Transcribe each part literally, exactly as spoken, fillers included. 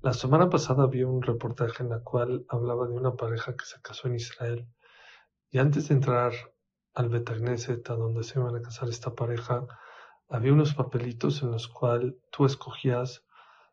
La semana pasada vi un reportaje en la cual hablaba de una pareja que se casó en Israel y antes de entrar al Bet Knesset, a donde se iban a casar esta pareja, había unos papelitos en los cuales tú escogías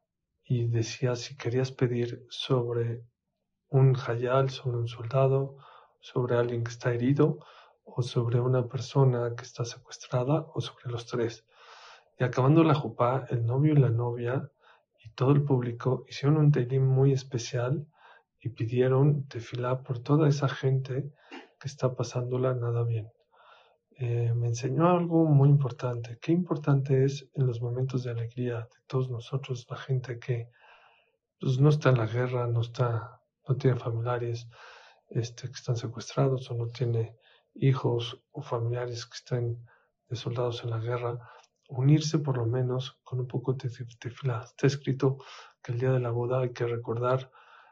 y decías si querías pedir sobre un hayal, sobre un soldado, sobre alguien que está herido o sobre una persona que está secuestrada o sobre los tres. Y acabando la jupá, el novio y la novia y todo el público hicieron un teilim muy especial y pidieron tefilá por toda esa gente que está pasándola nada bien. Eh, me enseñó algo muy importante. Qué importante es en los momentos de alegría de todos nosotros, la gente que pues, no está en la guerra, no está, no tiene familiares este, que están secuestrados o no tiene hijos o familiares que estén de soldados en la guerra, unirse por lo menos con un poco de tefilá. Está escrito que el día de la boda hay que recordar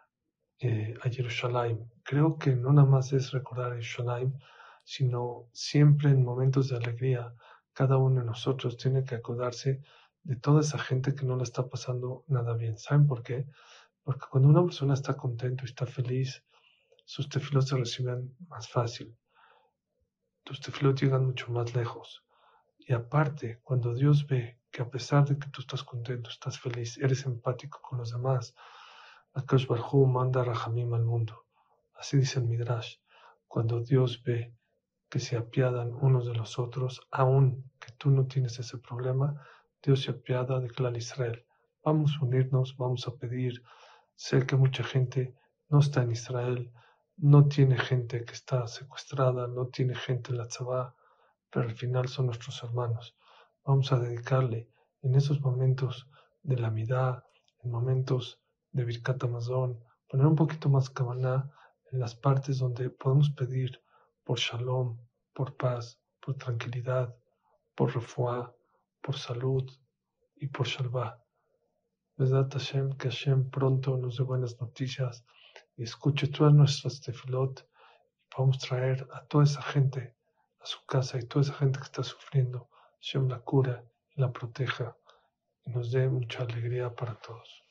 eh, a Jerusalén. Creo que no nada más es recordar a Jerusalén, sino siempre en momentos de alegría, cada uno de nosotros tiene que acordarse de toda esa gente que no la está pasando nada bien. ¿Saben por qué? Porque cuando una persona está contento y está feliz, sus tefilos se reciben más fácil, tus tefilos llegan mucho más lejos. Y aparte, cuando Dios ve que a pesar de que tú estás contento, estás feliz, eres empático con los demás, Akash Barhu manda Rahamim al mundo. Así dice el Midrash. Cuando Dios ve que se apiadan unos de los otros, aun que tú no tienes ese problema, Dios se apiada de Klal Israel. Vamos a unirnos, vamos a pedir. Sé que mucha gente no está en Israel, no tiene gente que está secuestrada, no tiene gente en la Tzabá, pero al final son nuestros hermanos. Vamos a dedicarle en esos momentos de la midá, en momentos de Birkat Hamazon, poner un poquito más Kavaná en las partes donde podemos pedir por shalom, por paz, por tranquilidad, por refuá, por salud y por shalvá. Besat Hashem, que Hashem pronto nos dé buenas noticias y escuche todas nuestras tefilot y podamos traer a toda esa gente a su casa y toda esa gente que está sufriendo, Hashem la cura y la proteja y nos dé mucha alegría para todos.